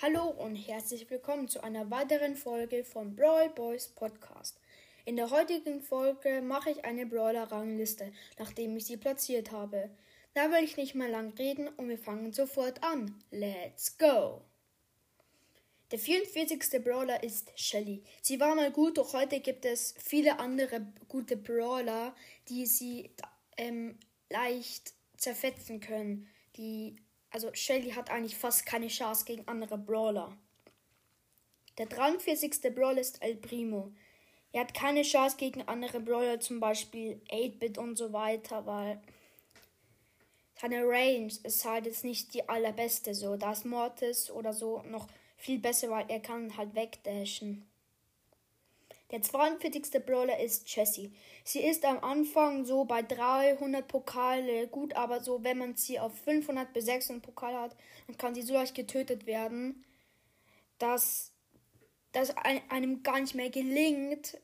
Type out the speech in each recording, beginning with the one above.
Hallo und herzlich willkommen zu einer weiteren Folge von Brawl Boys Podcast. In der heutigen Folge mache ich eine Brawler-Rangliste, nachdem ich sie platziert habe. Da will ich nicht mehr lang reden und wir fangen sofort an. Let's go! Der 44. Brawler ist Shelly. Sie war mal gut, doch heute gibt es viele andere gute Brawler, die sie leicht zerfetzen können. Also Shelly hat eigentlich fast keine Chance gegen andere Brawler. Der 43. Brawler ist El Primo. Er hat keine Chance gegen andere Brawler, zum Beispiel 8-Bit und so weiter, weil seine Range ist halt jetzt nicht die allerbeste. So, da ist Mortis oder so noch viel besser, weil er kann halt wegdashen. Der 42. Brawler ist Jessie. Sie ist am Anfang so bei 300 Pokale gut, aber so, wenn man sie auf 500 bis 600 Pokale hat, dann kann sie so leicht getötet werden, dass einem gar nicht mehr gelingt,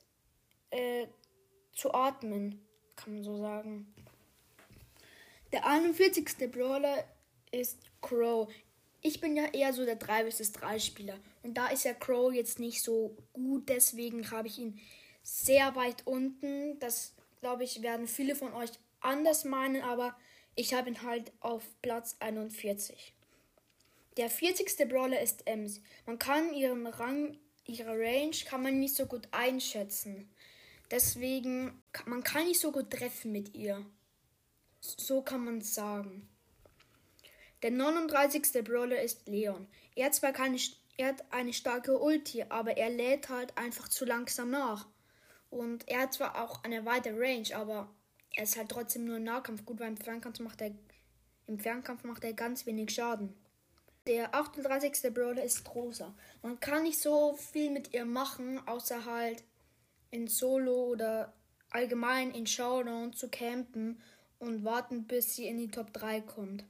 zu atmen, kann man so sagen. Der 41. Brawler ist Crow. Ich bin ja eher so der 3 vs 3 Spieler. Und da ist ja Crow jetzt nicht so gut. Deswegen habe ich ihn sehr weit unten. Das, glaube ich, werden viele von euch anders meinen. Aber ich habe ihn halt auf Platz 41. Der 40. Brawler ist Ems. Man kann ihren Rang, ihre Range kann man nicht so gut einschätzen. Deswegen, man kann nicht so gut treffen mit ihr. So kann man es sagen. Der 39. Brawler ist Leon. Er hat eine starke Ulti, aber er lädt halt einfach zu langsam nach. Und er hat zwar auch eine weite Range, aber er ist halt trotzdem nur im Nahkampf gut, weil im Fernkampf macht er ganz wenig Schaden. Der 38. Brawler ist Rosa. Man kann nicht so viel mit ihr machen, außer halt in Solo oder allgemein in Showdown zu campen und warten, bis sie in die Top 3 kommt.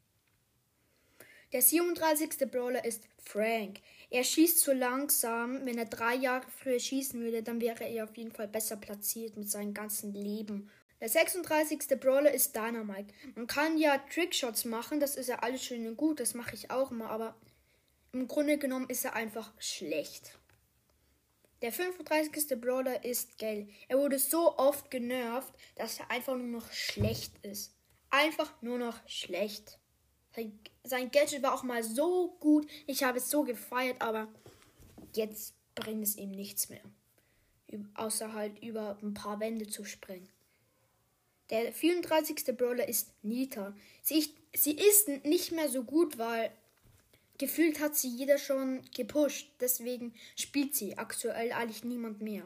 Der 37. Brawler ist Frank. Er schießt zu langsam. Wenn er 3 Jahre früher schießen würde, dann wäre er auf jeden Fall besser platziert mit seinem ganzen Leben. Der 36. Brawler ist Dynamite. Man kann ja Trickshots machen, das ist ja alles schön und gut, das mache ich auch immer, aber im Grunde genommen ist er einfach schlecht. Der 35. Brawler ist Gale. Er wurde so oft genervt, dass er einfach nur noch schlecht ist. Einfach nur noch schlecht. Sein Gadget war auch mal so gut. Ich habe es so gefeiert, aber jetzt bringt es ihm nichts mehr. Außer halt über ein paar Wände zu springen. Der 34. Brawler ist Nita. Sie ist nicht mehr so gut, weil gefühlt hat sie jeder schon gepusht. Deswegen spielt sie aktuell eigentlich niemand mehr.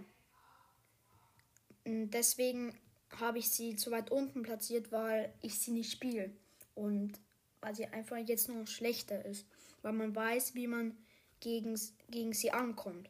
Und deswegen habe ich sie zu weit unten platziert, weil ich sie nicht spiele. Und weil sie einfach jetzt nur noch schlechter ist. Weil man weiß, wie man gegen sie ankommt.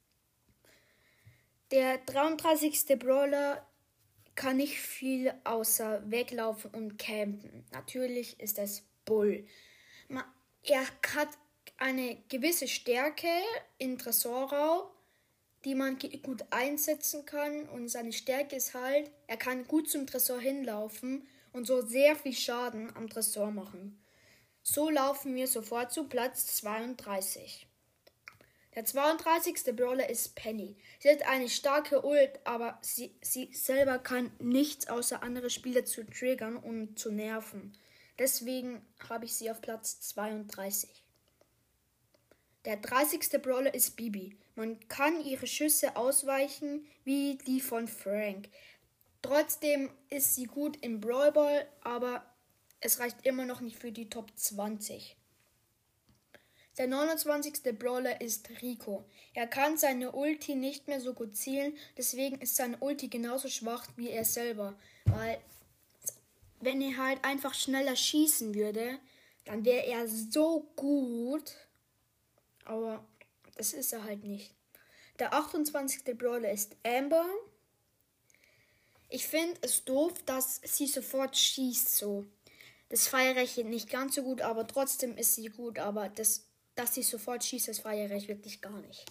Der 33. Brawler kann nicht viel außer weglaufen und campen. Natürlich ist es Bull. Er hat eine gewisse Stärke in Tresorraub, die man gut einsetzen kann. Und seine Stärke ist halt, er kann gut zum Tresor hinlaufen und so sehr viel Schaden am Tresor machen. So laufen wir sofort zu Platz 32. Der 32. Brawler ist Penny. Sie hat eine starke Ult, aber sie selber kann nichts außer andere Spieler zu triggern und zu nerven. Deswegen habe ich sie auf Platz 32. Der 30. Brawler ist Bibi. Man kann ihre Schüsse ausweichen wie die von Frank. Trotzdem ist sie gut im Brawl Ball, aber es reicht immer noch nicht für die Top 20. Der 29. Brawler ist Rico. Er kann seine Ulti nicht mehr so gut zielen, deswegen ist seine Ulti genauso schwach wie er selber. Weil, wenn er halt einfach schneller schießen würde, dann wäre er so gut. Aber das ist er halt nicht. Der 28. Brawler ist Amber. Ich finde es doof, dass sie sofort schießt so. Das feiere ich nicht ganz so gut, aber trotzdem ist sie gut. Aber dass sie sofort schießt, das feiere ich wirklich gar nicht.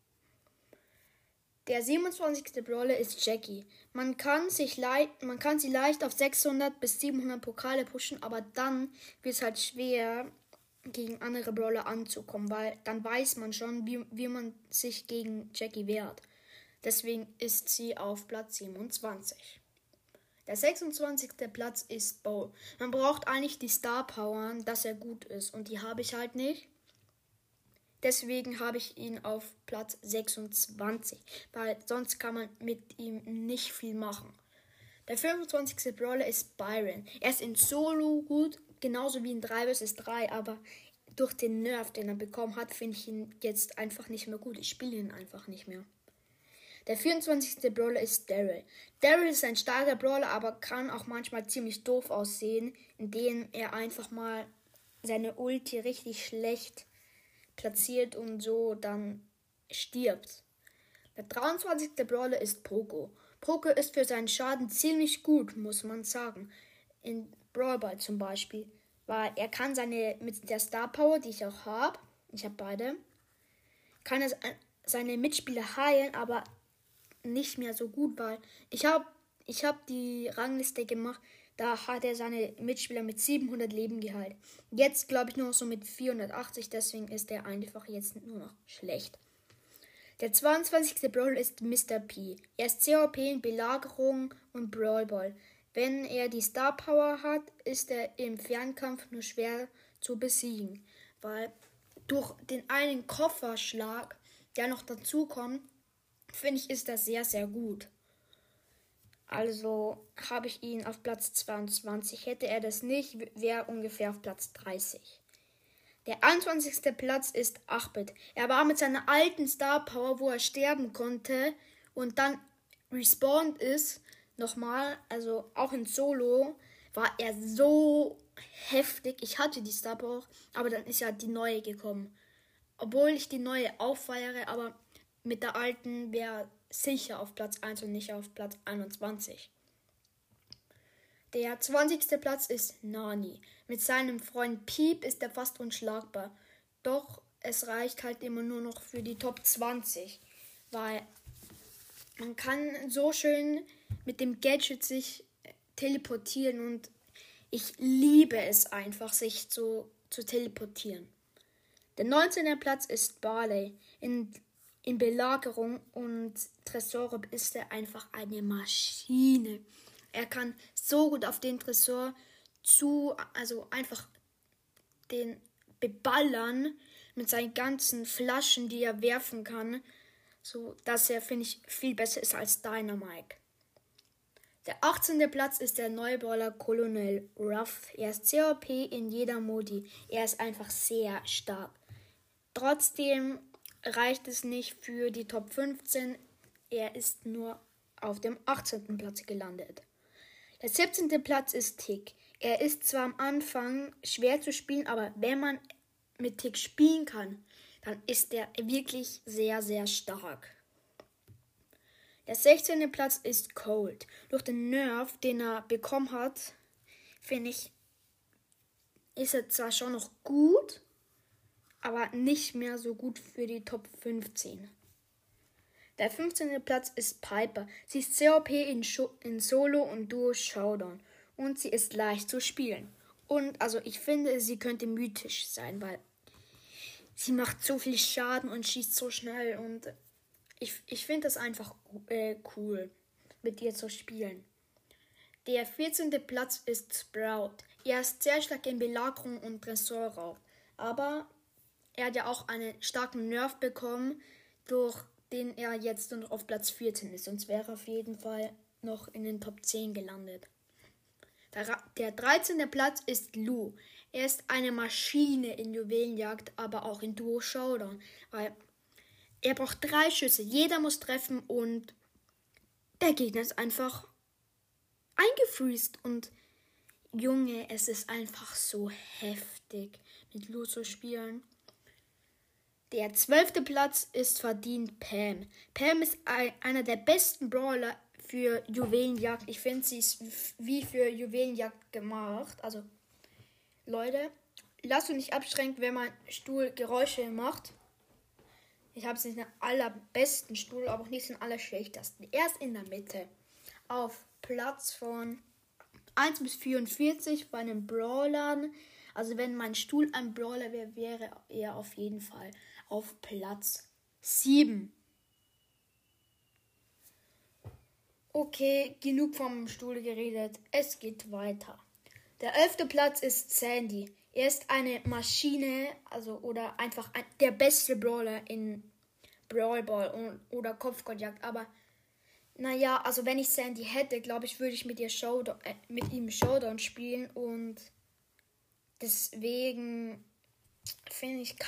Der 27. Brawler ist Jackie. Man kann sie leicht auf 600 bis 700 Pokale pushen, aber dann wird es halt schwer, gegen andere Brawler anzukommen, weil dann weiß man schon, wie man sich gegen Jackie wehrt. Deswegen ist sie auf Platz 27. Der 26. Platz ist Bo. Man braucht eigentlich die Star Power, dass er gut ist, und die habe ich halt nicht. Deswegen habe ich ihn auf Platz 26, weil sonst kann man mit ihm nicht viel machen. Der 25. Brawler ist Byron. Er ist in Solo gut, genauso wie in 3 vs 3, aber durch den Nerf, den er bekommen hat, finde ich ihn jetzt einfach nicht mehr gut. Ich spiele ihn einfach nicht mehr. Der 24. Brawler ist Daryl. Daryl ist ein starker Brawler, aber kann auch manchmal ziemlich doof aussehen, indem er einfach mal seine Ulti richtig schlecht platziert und so dann stirbt. Der 23. Brawler ist Poco. Poco ist für seinen Schaden ziemlich gut, muss man sagen. In Brawl Ball zum Beispiel. Weil er kann mit der Star Power, die ich auch habe, ich habe beide, kann er seine Mitspieler heilen, aber nicht mehr so gut, weil ich hab die Rangliste gemacht, da hat er seine Mitspieler mit 700 Leben geheilt. Jetzt glaube ich nur noch so mit 480, deswegen ist er einfach jetzt nur noch schlecht. Der 22. Brawler ist Mr. P. Er ist sehr OP in Belagerung und Brawl Ball. Wenn er die Star Power hat, ist er im Fernkampf nur schwer zu besiegen, weil durch den einen Kofferschlag, der noch dazu kommt, finde ich, ist das sehr, sehr gut. Also habe ich ihn auf Platz 22. Hätte er das nicht, wäre ungefähr auf Platz 30. Der 21. Platz ist 8-Bit. Er war mit seiner alten Star Power, wo er sterben konnte und dann respawned ist, nochmal, also auch in Solo, war er so heftig. Ich hatte die Star Power, aber dann ist ja die neue gekommen. Obwohl ich die neue auch feiere, aber mit der alten wäre sicher auf Platz 1 und nicht auf Platz 21. Der 20. Platz ist Nani. Mit seinem Freund Piep ist er fast unschlagbar. Doch es reicht halt immer nur noch für die Top 20. Weil man kann so schön mit dem Gadget sich teleportieren und ich liebe es einfach, sich zu teleportieren. Der 19. Platz ist Barley. In Belagerung und Tresor ist er einfach eine Maschine. Er kann so gut auf den Tresor also einfach den beballern mit seinen ganzen Flaschen, die er werfen kann, so dass er, finde ich, viel besser ist als Dynamite. Der 18. Platz ist der Neubrawler Colonel Ruff. Er ist sehr OP in jeder Modi. Er ist einfach sehr stark. Trotzdem reicht es nicht für die Top 15. Er ist nur auf dem 18. Platz gelandet. Der 17. Platz ist Tick. Er ist zwar am Anfang schwer zu spielen, aber wenn man mit Tick spielen kann, dann ist er wirklich sehr, sehr stark. Der 16. Platz ist Cold. Durch den Nerf, den er bekommen hat, finde ich, ist er zwar schon noch gut, aber nicht mehr so gut für die Top 15. Der 15. Platz ist Piper. Sie ist sehr OP in Solo und Duo Showdown und sie ist leicht zu spielen. Und also ich finde, sie könnte mythisch sein, weil sie macht so viel Schaden und schießt so schnell und ich finde das einfach cool, mit ihr zu spielen. Der 14. Platz ist Sprout. Er ist sehr stark in Belagerung und Tresorraub, aber er hat ja auch einen starken Nerf bekommen, durch den er jetzt nur noch auf Platz 14 ist. Sonst wäre er auf jeden Fall noch in den Top 10 gelandet. Der 13. Platz ist Lou. Er ist eine Maschine in Juwelenjagd, aber auch in Duo Showdown. Weil er braucht 3 Schüsse. Jeder muss treffen und der Gegner ist einfach eingefriest. Und Junge, es ist einfach so heftig, mit Lou zu spielen. Der 12. Platz ist verdient Pam. Pam ist einer der besten Brawler für Juwelenjagd. Ich finde, sie ist wie für Juwelenjagd gemacht. Also, Leute, lasst euch nicht abschränken, wenn man Stuhl Geräusche macht. Ich habe es nicht den allerbesten Stuhl, aber auch nicht den allerschlechtesten. Erst in der Mitte. Auf Platz von 1 bis 44 bei den Brawlern Also wenn mein Stuhl ein Brawler wäre, wäre er auf jeden Fall auf Platz 7. Okay, genug vom Stuhl geredet. Es geht weiter. Der 11. Platz ist Sandy. Er ist eine Maschine, oder einfach der beste Brawler in Brawl Ball oder Kopfgeldjagd. Aber naja, also wenn ich Sandy hätte, glaube ich, würde ich mit ihm Showdown spielen. Und deswegen finde ich,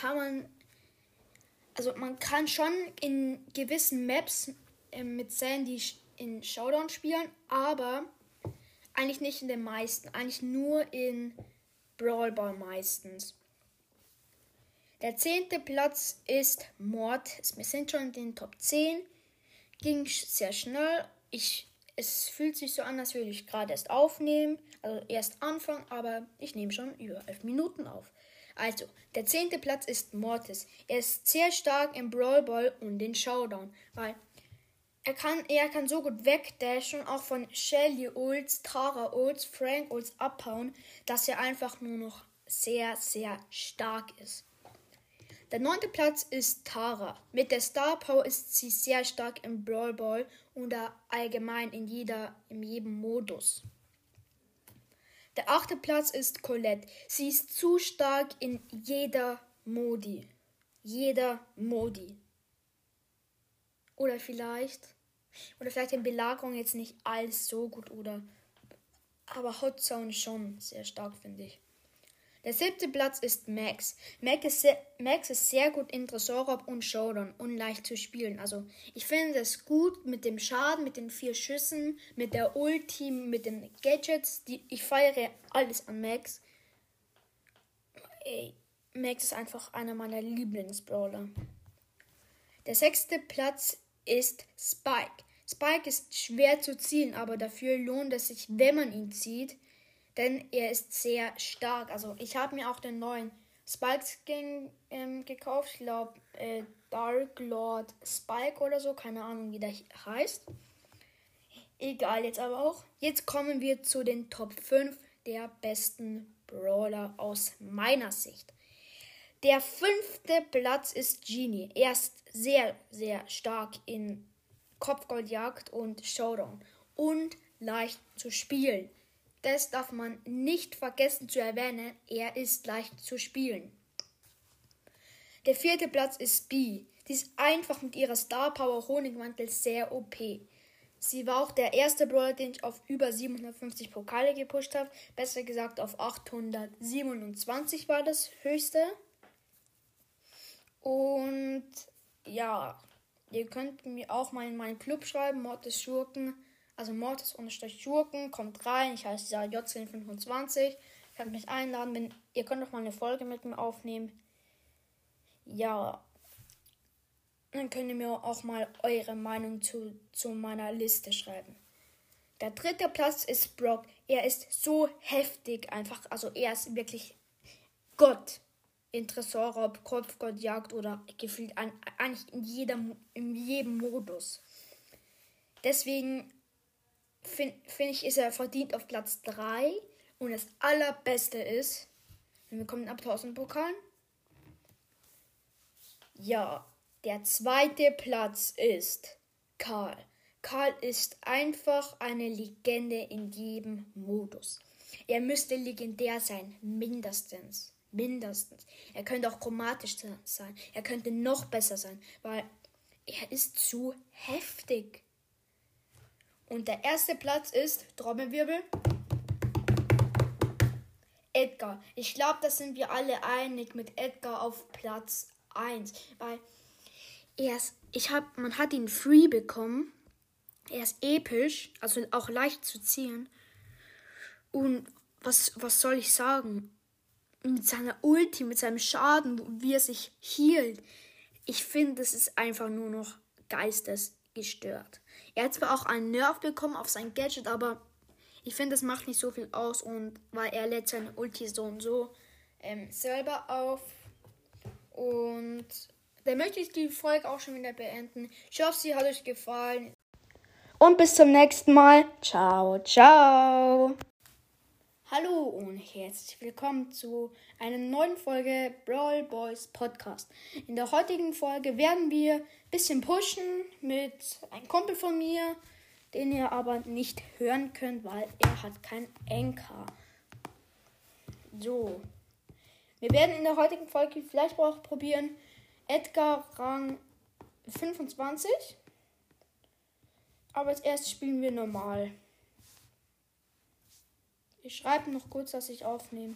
man kann schon in gewissen Maps mit Sandy in Showdown spielen, aber eigentlich nicht in den meisten, eigentlich nur in Brawl Ball meistens. Der 10. Platz ist Mortis. Wir sind schon in den Top 10. Ging sehr schnell. Es fühlt sich so an, als würde ich gerade erst aufnehmen. Also erst anfangen, aber ich nehme schon über 11 Minuten auf. Also, der 10. Platz ist Mortis. Er ist sehr stark im Brawl Ball und in Showdown, weil er kann so gut wegdashen und auch von Shelly Ults, Tara Ults, Frank Ults abhauen, dass er einfach nur noch sehr, sehr stark ist. Der 9. Platz ist Tara. Mit der Star Power ist sie sehr stark im Brawl Ball oder allgemein in jedem Modus. Der 8. Platz ist Colette. Sie ist zu stark in jeder Modi. Oder vielleicht in Belagerung jetzt nicht alles so gut, aber Hot Zone schon sehr stark, finde ich. Der 7. Platz ist Max. Max ist sehr gut in Tresorraub und Showdown und leicht zu spielen. Also ich finde es gut mit dem Schaden, mit den 4 Schüssen, mit der Ulti, mit den Gadgets. Ich feiere alles an Max. Max ist einfach einer meiner Lieblingsbrawler. Der 6. Platz ist Spike. Spike ist schwer zu zielen, aber dafür lohnt es sich, wenn man ihn zieht, denn er ist sehr stark. Also ich habe mir auch den neuen Spike-Skin gekauft. Ich glaube Dark Lord Spike oder so. Keine Ahnung, wie der heißt. Egal jetzt aber auch. Jetzt kommen wir zu den Top 5 der besten Brawler aus meiner Sicht. Der 5. Platz ist Genie. Er ist sehr, sehr stark in Kopfgeldjagd und Showdown und leicht zu spielen. Das darf man nicht vergessen zu erwähnen. Er ist leicht zu spielen. Der 4. Platz ist Bee. Sie ist einfach mit ihrer Star Power Honigmantel sehr OP. Sie war auch der erste Brawler, den ich auf über 750 Pokale gepusht habe. Besser gesagt auf 827 war das höchste. Und ja, ihr könnt mir auch mal in meinen Club schreiben, Mortis Schurken. Also Mortis-Schurken, kommt rein. Ich heiße J1025. Könnt mich einladen. Ihr könnt auch mal eine Folge mit mir aufnehmen. Ja. Dann könnt ihr mir auch mal eure Meinung zu meiner Liste schreiben. Der 3. Platz ist Brock. Er ist so heftig einfach. Also er ist wirklich Gott. In Tresorraub, Kopfgeldjagd oder gefühlt eigentlich in jedem Modus. Deswegen finde ich, ist er verdient auf Platz 3. Und das Allerbeste ist, wir kommen ab 1000 Pokalen. Ja, der 2. Platz ist Karl. Karl ist einfach eine Legende in jedem Modus. Er müsste legendär sein, mindestens. Er könnte auch chromatisch sein. Er könnte noch besser sein, weil er ist zu heftig. Und der 1. Platz ist, Trommelwirbel, Edgar. Ich glaube, da sind wir alle einig mit Edgar auf Platz 1. Weil man hat ihn free bekommen. Er ist episch, also auch leicht zu ziehen. Und was soll ich sagen? Mit seiner Ulti, mit seinem Schaden, wie er sich healt. Ich finde, das ist einfach nur noch geistesgestört. Er hat zwar auch einen Nerf bekommen auf sein Gadget, aber ich finde, das macht nicht so viel aus, und weil er lädt seine Ulti so und so selber auf. Und dann möchte ich die Folge auch schon wieder beenden. Ich hoffe, sie hat euch gefallen. Und bis zum nächsten Mal. Ciao, ciao. Hallo und herzlich willkommen zu einer neuen Folge Brawl Boys Podcast. In der heutigen Folge werden wir ein bisschen pushen mit einem Kumpel von mir, den ihr aber nicht hören könnt, weil er hat kein Anchor. So, wir werden in der heutigen Folge vielleicht auch probieren, Edgar Rang 25. Aber als erstes spielen wir normal. Ich schreibe noch kurz, dass ich aufnehme.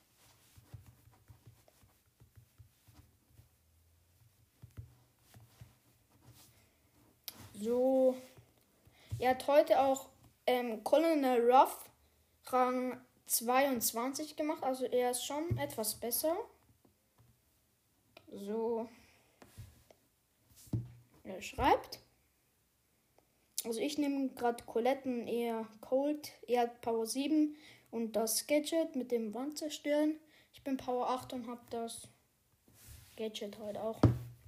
So. Er hat heute auch Colonel Ruff Rang 22 gemacht. Also er ist schon etwas besser. So. Er schreibt. Also ich nehme gerade Coletten eher Cold. Er hat Power 7 und das Gadget mit dem Wand zerstören. Ich bin Power 8 und habe das Gadget halt auch.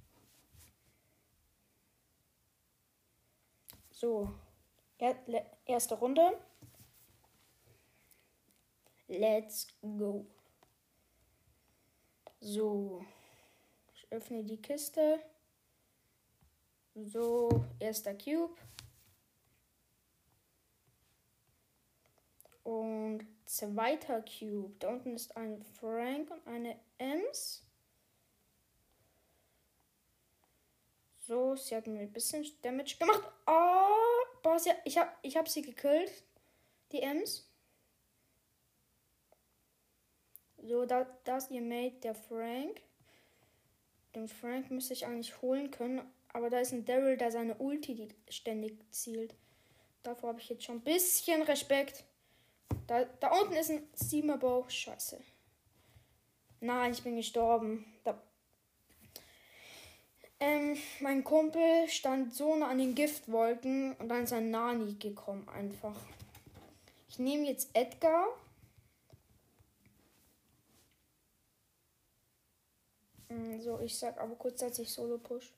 So. Erste Runde. Let's go. So. Ich öffne die Kiste. So. Erster Cube. Und zweiter Cube. Da unten ist ein Frank und eine Ems. So, sie hat mir ein bisschen Damage gemacht. Oh, boah, ich hab sie gekillt. Die Ems. So, da ist ihr Mate, der Frank. Den Frank müsste ich eigentlich holen können. Aber da ist ein Daryl, der seine Ulti ständig zielt. Davor habe ich jetzt schon ein bisschen Respekt. Da unten ist ein Steamerbau. Scheiße. Nein, ich bin gestorben. Mein Kumpel stand so nah an den Giftwolken und dann ist ein Nani gekommen einfach. Ich nehme jetzt Edgar. So, ich sag aber kurz, dass ich Solo push.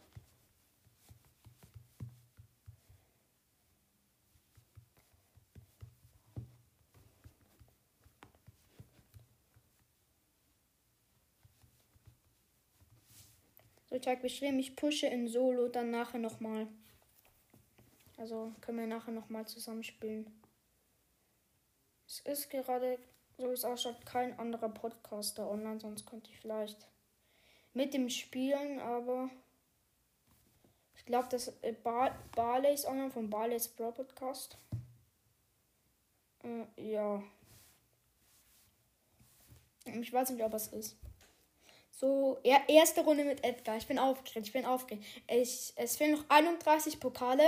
So, ich sag beschrieben, ich pushe in Solo, dann nachher nochmal. Also können wir nachher nochmal zusammenspielen. Es ist gerade, so wie es ausschaut, kein anderer Podcaster online, sonst könnte ich vielleicht mit dem spielen, aber ich glaube, dass Barley ist online von Barley's Brawl Podcast. Ja. Ich weiß nicht, ob es ist. So, erste Runde mit Edgar. Ich bin aufgeregt. Es fehlen noch 31 Pokale.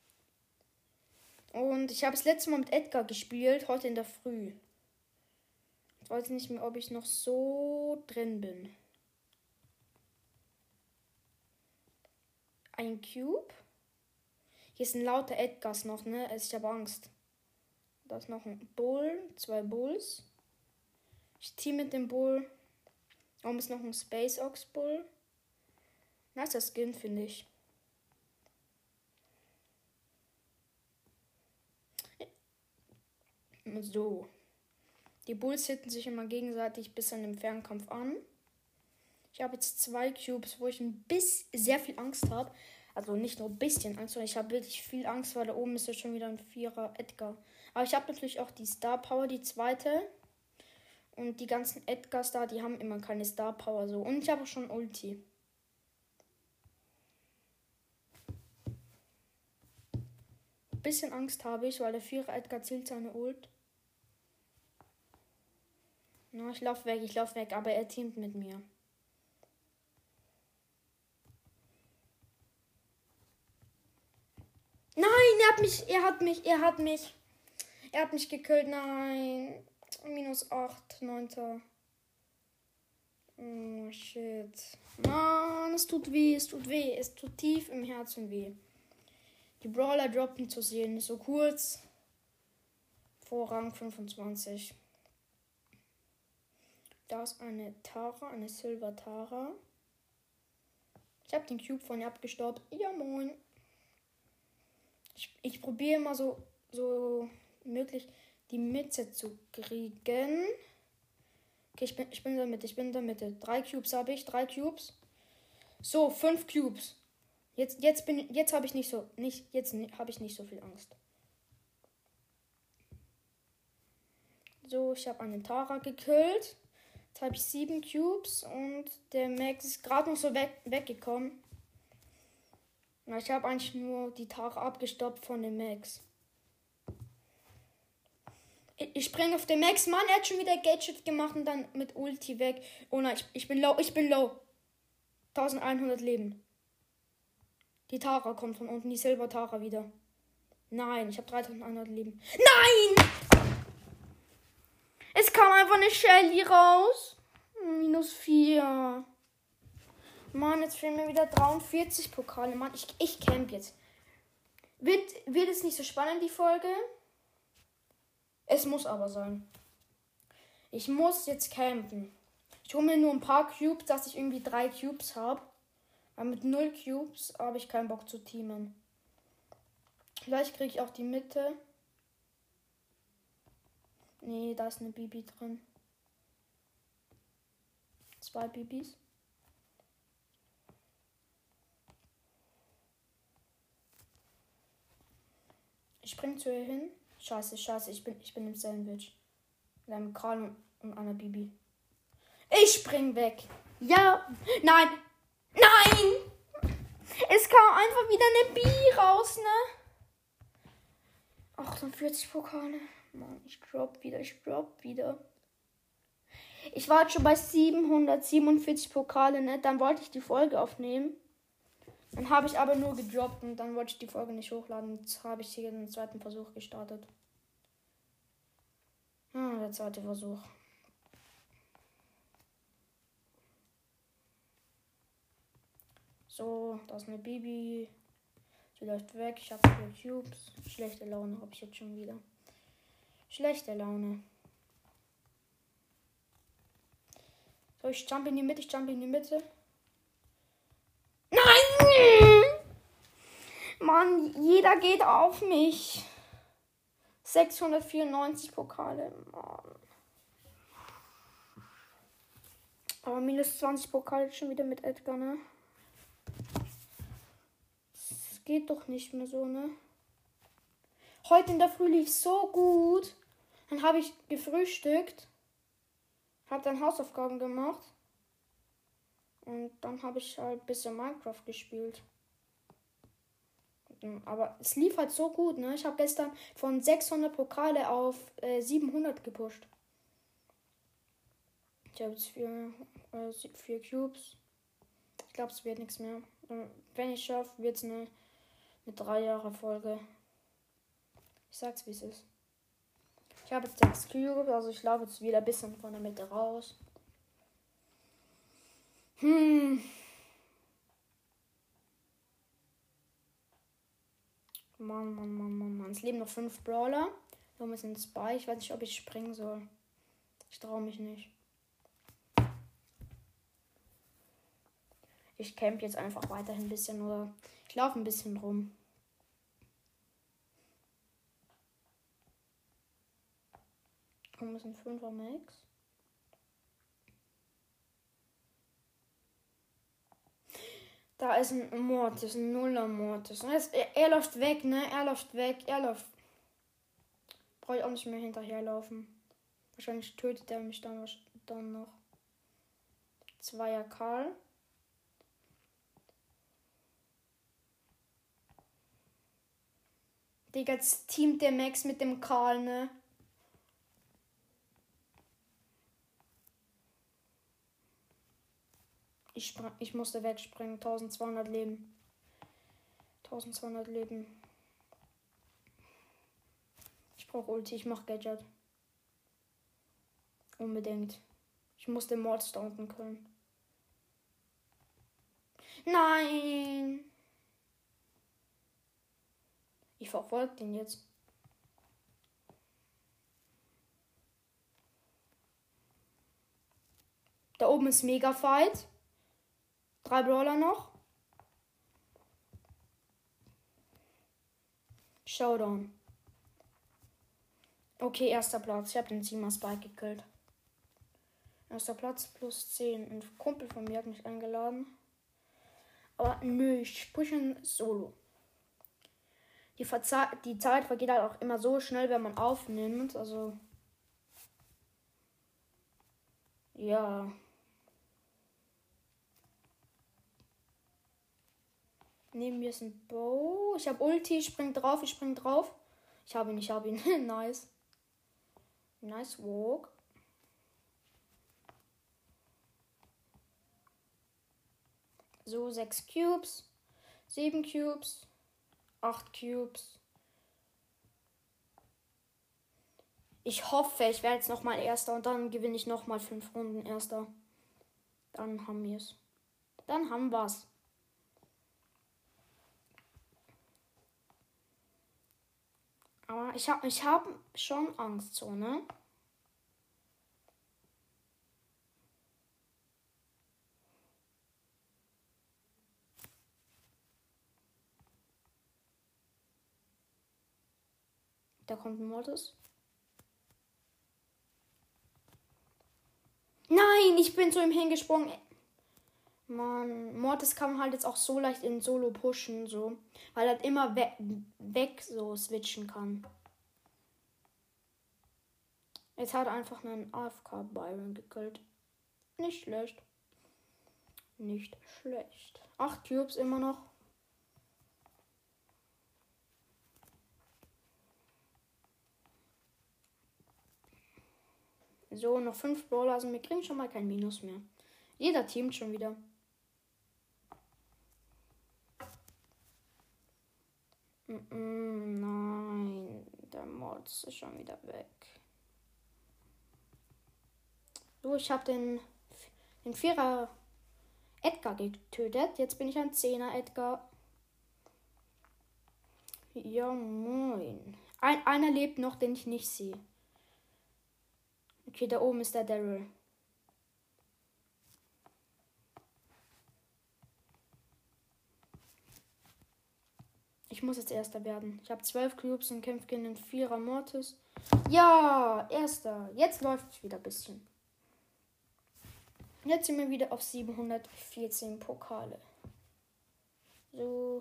Und ich habe das letzte Mal mit Edgar gespielt, heute in der Früh. Ich weiß nicht mehr, ob ich noch so drin bin. Ein Cube. Hier ist ein lauter Edgars noch, ne? Ich habe Angst. Da ist noch ein Bull, 2 Bulls. Ich team mit dem Bull. Oben ist noch ein Space Ox Bull. Nicer Skin, finde ich. So. Die Bulls hitten sich immer gegenseitig bis an den Fernkampf an. Ich habe jetzt 2 Cubes, wo ich sehr viel Angst habe. Also nicht nur ein bisschen Angst, sondern ich habe wirklich viel Angst, weil da oben ist ja schon wieder ein 4er Edgar. Aber ich habe natürlich auch die Star Power, die zweite. Und die ganzen Edgars da, die haben immer keine Star Power so. Und ich habe auch schon Ulti. Ein bisschen Angst habe ich, weil der 4er Edgar zielt seine Ult. Na, ich lauf weg, aber er teamt mit mir. Nein, er hat mich gekillt, nein. -8, 9. Oh, shit. Mann, es tut weh. Es tut tief im Herzen weh. Die Brawler droppen zu sehen, so kurz vor Rang 25. Da ist eine Tara, eine Silver Tara. Ich habe den Cube von ihr abgestaubt. Ja, moin. Ich probiere immer so möglich die Mitte zu kriegen. Okay, ich bin in der Mitte. 3 Cubes habe ich, 3 Cubes. So, 5 Cubes. Jetzt habe ich nicht so viel Angst. So, ich habe einen Tara gekillt. Jetzt habe ich 7 Cubes und der Max ist gerade noch so weggekommen. Na, ich habe eigentlich nur die Tara abgestoppt von dem Max. Ich springe auf den Max. Mann, er hat schon wieder Gadget gemacht und dann mit Ulti weg. Oh nein, ich bin low. 1100 Leben. Die Tara kommt von unten, die Silber Tara wieder. Nein, ich habe 3100 Leben. Nein! Es kam einfach eine Shelly raus. -4. Mann, jetzt fehlen mir wieder 43 Pokale. Mann, ich camp jetzt. Wird es nicht so spannend, die Folge? Es muss aber sein. Ich muss jetzt campen. Ich hole mir nur ein paar Cubes, dass ich irgendwie 3 Cubes habe. Aber mit 0 Cubes habe ich keinen Bock zu teamen. Vielleicht kriege ich auch die Mitte. Nee, da ist eine Bibi drin. 2 Bibis. Ich spring zu ihr hin. Scheiße, ich bin im Sandwich. Mit einem Karl und einer Bibi. Ich spring weg. Ja. Nein. Es kam einfach wieder eine Bibi raus, ne? 48 Pokale. Mann, ich drop wieder. Ich war schon bei 747 Pokale, ne? Dann wollte ich die Folge aufnehmen. Dann habe ich aber nur gedroppt und dann wollte ich die Folge nicht hochladen. Jetzt habe ich hier den zweiten Versuch gestartet. Der zweite Versuch. So, da ist eine Bibi. Sie läuft weg. Ich habe 4 Cubes. Schlechte Laune habe ich jetzt schon wieder. Schlechte Laune. So, ich jump in die Mitte. Nein! Mann, jeder geht auf mich. 694 Pokale. Mann. Aber -20 Pokale schon wieder mit Edgar, ne? Das geht doch nicht mehr so, ne? Heute in der Früh lief so gut. Dann habe ich gefrühstückt. Habe dann Hausaufgaben gemacht. Und dann habe ich halt ein bisschen Minecraft gespielt. Aber es lief halt so gut, ne? Ich habe gestern von 600 Pokale auf 700 gepusht. Ich habe jetzt 4 Cubes. Ich glaube, es wird nichts mehr. Wenn ich schaffe, wird es eine 3-Jahre-Folge. Ich sag's, wie es ist. Ich habe jetzt 6 Cubes, also ich laufe jetzt wieder ein bisschen von der Mitte raus. Mann. Es leben noch 5 Brawler. Wir sind Spy. Ich weiß nicht, ob ich springen soll. Ich traue mich nicht. Ich camp jetzt einfach weiterhin ein bisschen oder ich laufe ein bisschen rum. Und wir sind 5er Max. Da ist ein Mortis, ein 0er Mortis. Er läuft weg, ne? Er läuft. Brauche ich auch nicht mehr hinterherlaufen. Wahrscheinlich tötet er mich dann noch. 2er Karl. Digga, jetzt teamt der Max mit dem Karl, ne? Ich musste wegspringen. 1200 Leben. Ich brauche Ulti. Ich mach Gadget. Unbedingt. Ich muss den Mord da unten killen. Nein! Ich verfolge den jetzt. Da oben ist Mega Fight. 3 Brawler noch. Showdown. Okay, erster Platz. Ich habe den 7er Spike gekillt. Erster Platz plus 10. Ein Kumpel von mir hat mich eingeladen. Aber nö, ich pushe solo. Die Zeit vergeht halt auch immer so schnell, wenn man aufnimmt. Also. Ja. Neben mir ist ein Bow. Ich habe Ulti, ich spring drauf. Ich habe ihn. Nice. Nice walk. So, 6 Cubes. 7 Cubes. 8 Cubes. Ich hoffe, ich werde jetzt nochmal Erster und dann gewinne ich nochmal 5 Runden Erster. Dann haben wir es. Dann haben wir's. Aber ich hab schon Angst so, ne? Da kommt ein Mortis. Nein, ich bin zu ihm hingesprungen. Mann, Mortis kann man halt jetzt auch so leicht in Solo pushen, so. Weil er halt immer weg so switchen kann. Jetzt hat er einfach einen AFK Byron gekillt. Nicht schlecht. Nicht schlecht. 8 Cubes immer noch. So, noch 5 Brawler. Also wir kriegen schon mal kein Minus mehr. Jeder teamt schon wieder. Nein, der Mords ist schon wieder weg. So, ich habe den 4er Edgar getötet. Jetzt bin ich ein 10er Edgar. Ja, moin. Einer lebt noch, den ich nicht sehe. Okay, da oben ist der Daryl. Ich muss jetzt Erster werden. Ich habe 12 Cubes und kämpfe gegen den 4er Mortis. Ja, Erster. Jetzt läuft es wieder ein bisschen. Jetzt sind wir wieder auf 714 Pokale. So.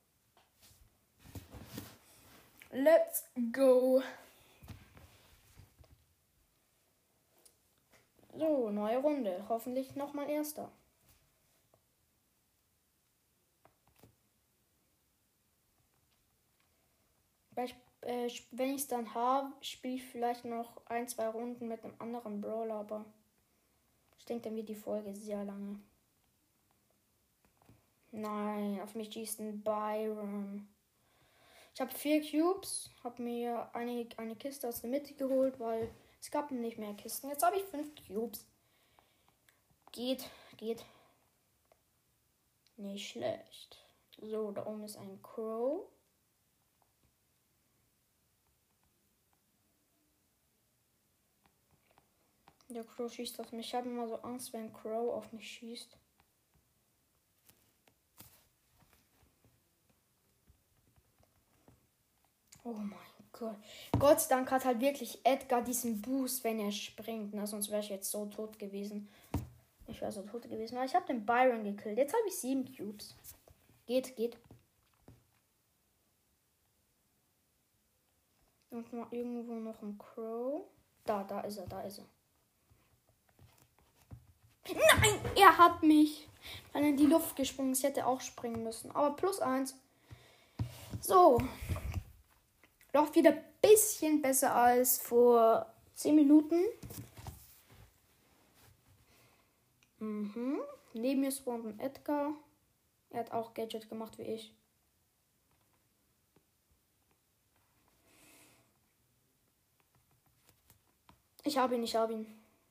Let's go. So, neue Runde. Hoffentlich nochmal Erster. Wenn ich es dann habe, spiele ich vielleicht noch 1-2 Runden mit einem anderen Brawler, aber ich denke, dann wird die Folge sehr lange. Nein, auf mich schießt ein Byron. Ich habe 4 Cubes, habe mir eine Kiste aus der Mitte geholt, weil es gab nicht mehr Kisten. Jetzt habe ich 5 Cubes. Geht. Nicht schlecht. So, da oben ist ein Crow. Der Crow schießt auf mich. Ich habe immer so Angst, wenn Crow auf mich schießt. Oh mein Gott. Gott sei Dank hat halt wirklich Edgar diesen Boost, wenn er springt. Na, sonst wäre ich jetzt so tot gewesen. Ich wäre so tot gewesen. Aber ich habe den Byron gekillt. Jetzt habe ich 7 Cubes. Geht. Und mal irgendwo noch ein Crow. Da ist er. Nein, er hat mich. Weil er in die Luft gesprungen ist. Ich hätte auch springen müssen. Aber +1. So. Doch wieder ein bisschen besser als vor 10 Minuten. Neben mir spawnt ein Edgar. Er hat auch Gadget gemacht wie ich. Ich habe ihn.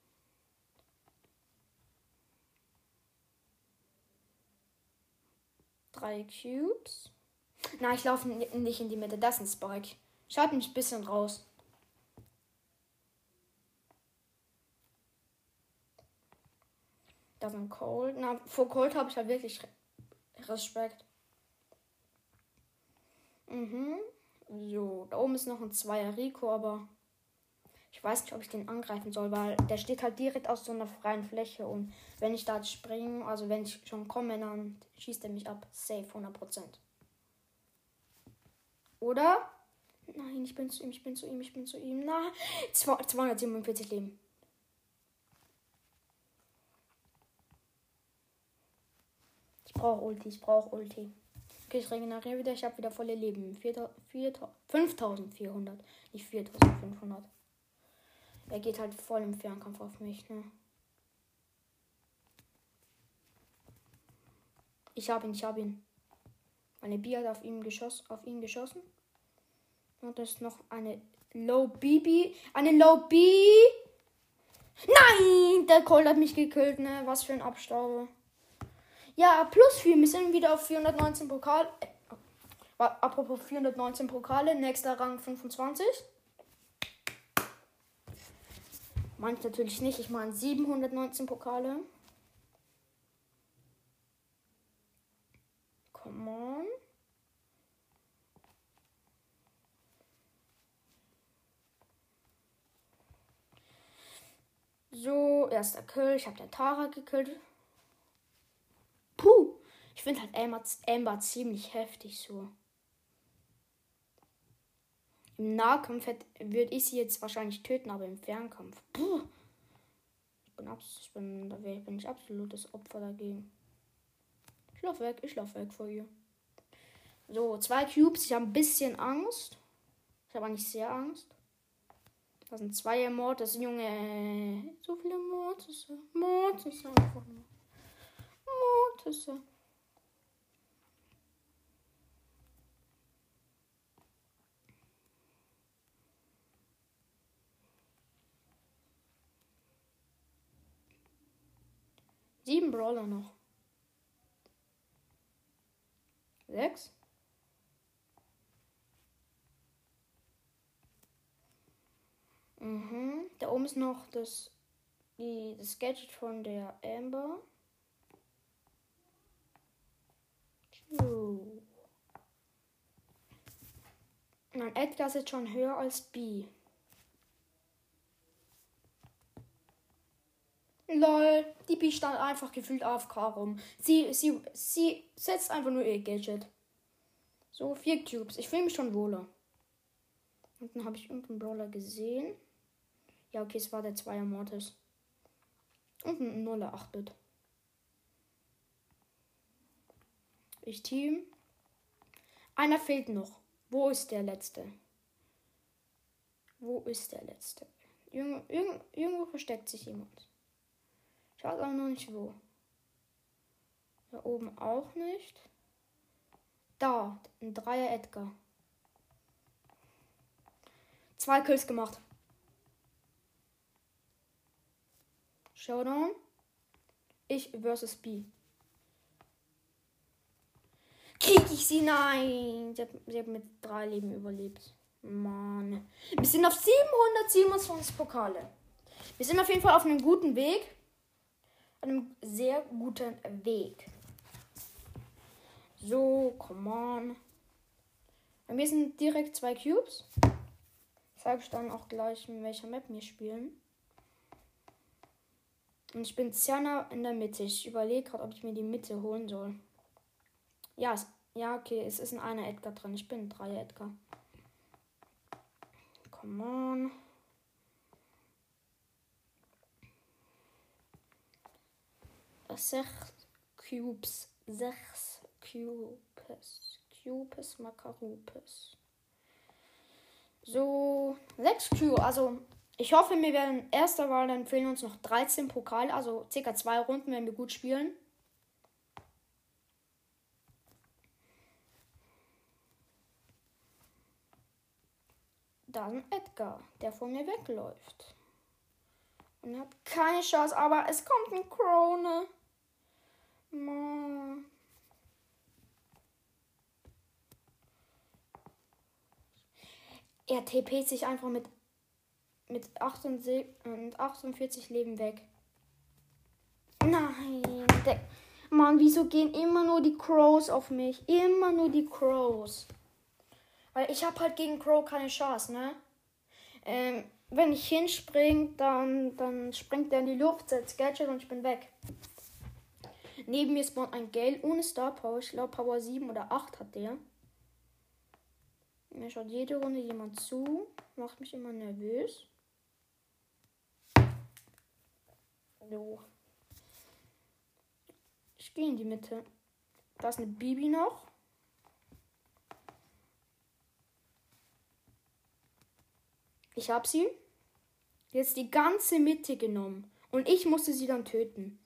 Drei Cubes. Nein, ich laufe nicht in die Mitte. Das ist ein Spike. Ich halte mich ein bisschen raus. Da ist ein Cold. Na, vor Cold habe ich halt wirklich Respekt. So, da oben ist noch ein 2er Rico, aber Ich weiß nicht, ob ich den angreifen soll, weil der steht halt direkt aus so einer freien Fläche. Und wenn ich da springe, also wenn ich schon komme, dann schießt er mich ab. Safe, 100%. Oder? Nein, ich bin zu ihm. Nein, 247 Leben. Ich brauche Ulti. Okay, ich regeneriere wieder. Ich habe wieder volle Leben. 5400. Nicht 4500. Er geht halt voll im Fernkampf auf mich, ne? Ich hab ihn. Eine Bee hat auf ihn geschossen. Und das ist noch eine Low Bibi. Eine Low Bee. Nein! Der Colt hat mich gekillt, ne? Was für ein Abstauber. Ja, +4. Wir sind wieder auf 419 Pokal. Apropos 419 Pokale. Nächster Rang 25. Meint natürlich nicht. Ich meine 719 Pokale. Come on. So, erster Kill. Ich habe den Tara gekillt. Puh. Ich finde halt Amber ziemlich heftig so. Im Nahkampf würde ich sie jetzt wahrscheinlich töten, aber im Fernkampf. Puh. Da bin ich absolutes Opfer dagegen. Ich lauf weg vor ihr. So, 2 Cubes. Ich habe ein bisschen Angst. Ich habe nicht sehr Angst. Da sind 2 Mortis, Junge. So viele Mortis. Mortis einfach nur. Mortis. Sieben Brawler noch. 6. Da oben ist noch das Gadget von der Amber. Mein Edgar ist jetzt schon höher als B. Lol, die B stand einfach gefühlt AFK rum. Sie setzt einfach nur ihr Gadget. So, 4 Cubes. Ich fühle mich schon wohler. Unten habe ich irgendeinen Brawler gesehen. Ja, okay, es war der 2er Mortis. Und ein 0er 8-Bit. Ich Team. Einer fehlt noch. Wo ist der letzte? Irgendwo versteckt sich jemand. Ich weiß auch noch nicht wo. Da oben auch nicht. Da, ein 3er Edgar. 2 Kills gemacht. Showdown. Ich versus B. Krieg ich sie? Nein. Sie hat mit 3 Leben überlebt. Mann. Wir sind auf 727 Pokale. Wir sind auf jeden Fall auf einem guten Weg. Einem sehr guten Weg. So, come on. Bei mir sind direkt 2 Cubes. Ich sage dann auch gleich, in welcher Map wir spielen. Und ich bin sehr nah in der Mitte. Ich überlege gerade, ob ich mir die Mitte holen soll. Ja, okay, es ist ein 1er Edgar drin. Ich bin ein 3er Edgar. Come on. Sechs Cubes. Cubes Makarupes. So, 6 Cubes. Also, ich hoffe, wir werden erster Wahl, dann fehlen uns noch 13 Pokale. Also, ca. 2 Runden, wenn wir gut spielen. Dann Edgar, der von mir wegläuft. Und hat keine Chance, aber es kommt ein Crow, ne? Mann. Er TP't sich einfach mit 48 Leben weg. Nein. Mann, wieso gehen immer nur die Crows auf mich? Immer nur die Crows. Weil ich habe halt gegen Crow keine Chance, ne? Wenn ich hinspringe, dann springt der in die Luft, setzt Gadget und ich bin weg. Neben mir spawnt ein Gale ohne Star Power. Ich glaube Power 7 oder 8 hat der. Mir schaut jede Runde jemand zu. Macht mich immer nervös. So. Ich gehe in die Mitte. Da ist eine Bibi noch. Ich habe sie jetzt die ganze Mitte genommen. Und ich musste sie dann töten.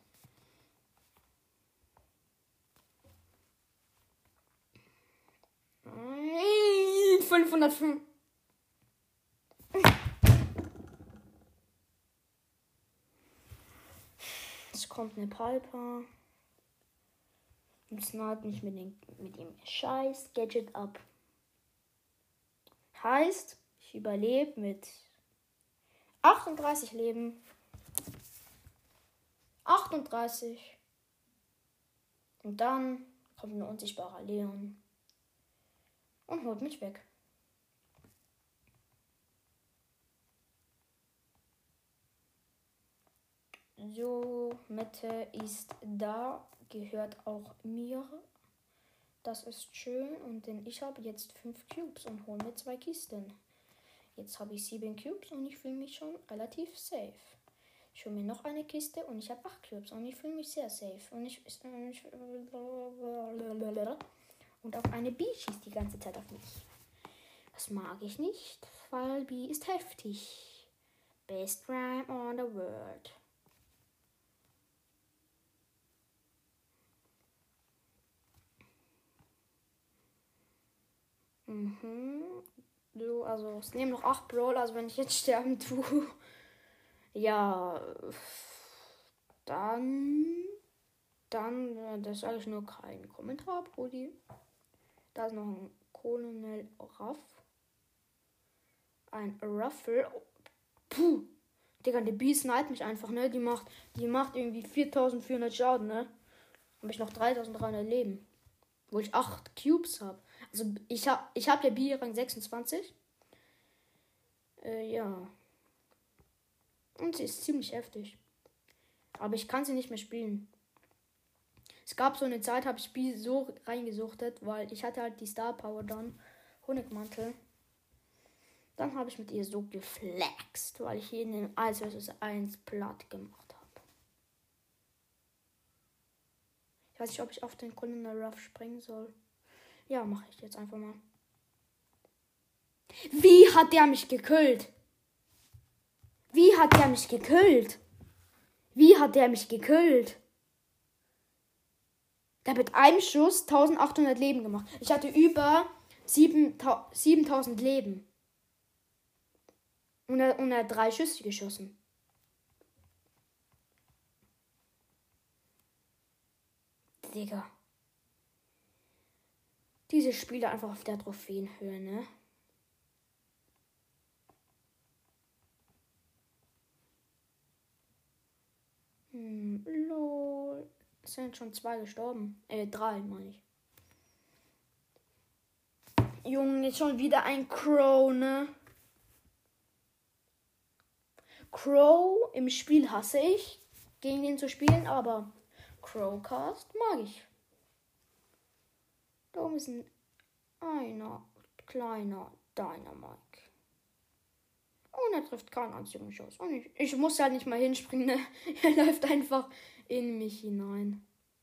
Nein, 505. Es kommt eine Piper. Und sniped mich mit dem scheiß Gadget ab. Heißt, ich überlebe mit 38 Leben. 38. Und dann kommt ein unsichtbarer Leon. Und holt mich weg. So, Mitte ist da. Gehört auch mir. Das ist schön. Und denn ich habe jetzt 5 Cubes und hole mir 2 Kisten. Jetzt habe ich 7 Cubes und ich fühle mich schon relativ safe. Ich hole mir noch eine Kiste und ich habe 8 Cubes und ich fühle mich sehr safe. Und auch eine Bee schießt die ganze Zeit auf mich. Das mag ich nicht, weil Bee ist heftig. Best Rhyme on the world. So, also es nehmen noch 8 Brawler, also wenn ich jetzt sterben tue. Ja, dann, das ist eigentlich nur kein Kommentar, Brudi. Da ist noch ein Colonel Ruff. Ein Ruffle. Puh. Digga, die Bee sniped mich einfach, ne? Die macht irgendwie 4400 Schaden, ne? Habe ich noch 3300 Leben. Wo ich 8 Cubes habe. Also ich hab ja Bee Rang 26. Ja. Und sie ist ziemlich heftig. Aber ich kann sie nicht mehr spielen. Es gab so eine Zeit, habe ich Bee so reingesuchtet, weil ich hatte halt die Star Power dann. Honigmantel. Dann habe ich mit ihr so geflext, weil ich jeden in 1 vs 1 platt gemacht habe. Ich weiß nicht, ob ich auf den Colonel Ruff springen soll. Ja, mache ich jetzt einfach mal. Wie hat der mich gekillt? Wie hat der mich gekillt? Wie hat der mich gekillt? Der hat mit einem Schuss 1800 Leben gemacht. Ich hatte über 7000 Leben. Und er hat 3 Schüsse geschossen. Digga. Diese Spiele einfach auf der Trophäenhöhe, ne? Lol. Es sind schon 2 gestorben. 3, meine ich. Junge, jetzt schon wieder ein Crow, ne? Crow im Spiel hasse ich, gegen den zu spielen, aber Crowcast mag ich. Da oben ist einer kleiner Dynamike. Und er trifft keinen einzigen Schuss. Und ich muss halt nicht mal hinspringen, ne? Er läuft einfach in mich hinein.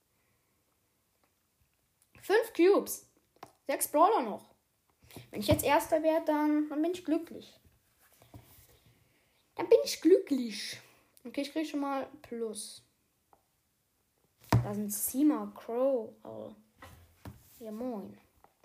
5 Cubes. 6 Brawler noch. Wenn ich jetzt Erster werde, dann bin ich glücklich. Dann bin ich glücklich. Okay, ich kriege schon mal Plus. Da sind Seema, Crow. Oh. Ja, moin.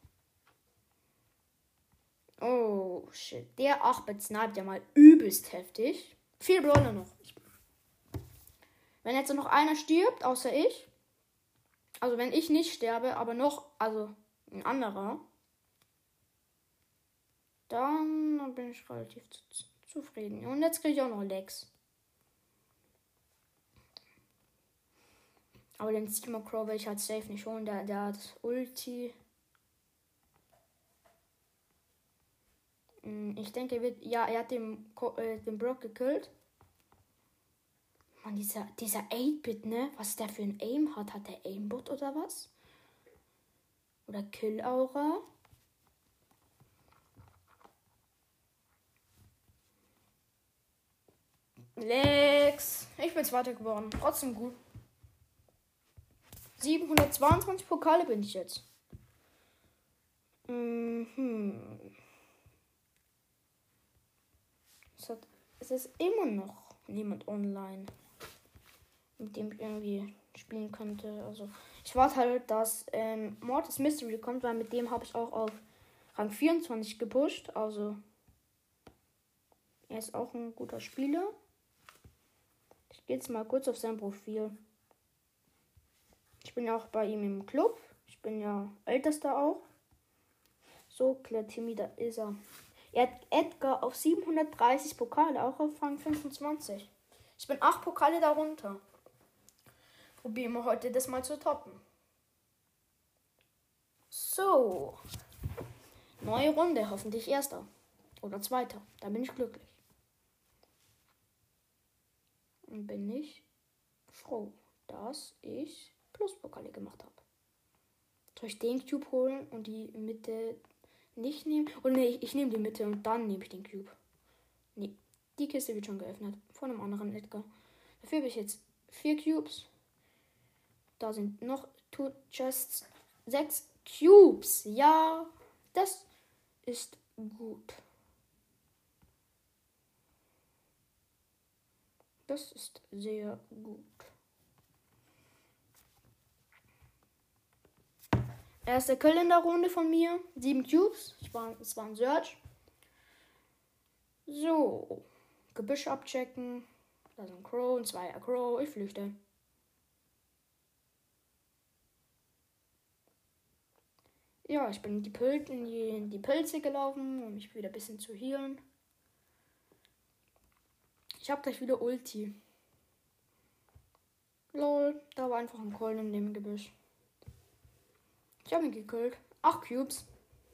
Oh, shit. Der 8-Bit sniped ja mal übelst heftig. 4 Brawler noch. Wenn jetzt noch einer stirbt, außer ich. Also wenn ich nicht sterbe, aber noch, also ein anderer. Dann bin ich relativ zufrieden. Und jetzt kriege ich auch noch Lex. Aber den Seema Crow will ich halt safe nicht holen. Der hat Ulti. Ich denke, er hat den Brock gekillt. Mann, dieser 8-Bit, ne? Was der für ein Aim hat. Hat der Aimbot oder was? Oder Kill-Aura? Lex. Ich bin Zweiter geworden. Trotzdem gut. 722 Pokale bin ich jetzt. Es ist immer noch niemand online, mit dem ich irgendwie spielen könnte. Also ich warte halt, dass Mortis Mystery kommt, weil mit dem habe ich auch auf Rang 24 gepusht. Also er ist auch ein guter Spieler. Ich gehe jetzt mal kurz auf sein Profil. Ich bin ja auch bei ihm im Club. Ich bin ja ältester auch. So, Claire Timmy, da ist er. Er hat Edgar auf 730 Pokale, auch auf Rang 25. Ich bin 8 Pokale darunter. Probieren wir heute das mal zu toppen. So. Neue Runde, hoffentlich erster. Oder zweiter. Da bin ich glücklich. Und bin ich froh, dass ich Pluspokale gemacht habe. Soll ich den Cube holen und die Mitte nicht nehmen? Oder nee, ich nehme die Mitte und dann nehme ich den Cube. Nee, die Kiste wird schon geöffnet. Von einem anderen Edgar. Dafür habe ich jetzt 4 Cubes. Da sind noch 2 Chests. 6 Cubes. Ja, das ist gut. Das ist sehr gut. Erste Kill in der Runde von mir. 7 Cubes. Es war ein Search. So. Gebüsch abchecken. Da sind Crow und 2 Crow. Ich flüchte. Ja, ich bin in die Pilze gelaufen, um mich wieder ein bisschen zu healen. Ich habe gleich wieder Ulti. Lol, da war einfach ein Colt in dem Gebüsch. Ich habe ihn gekillt. 8 Cubes.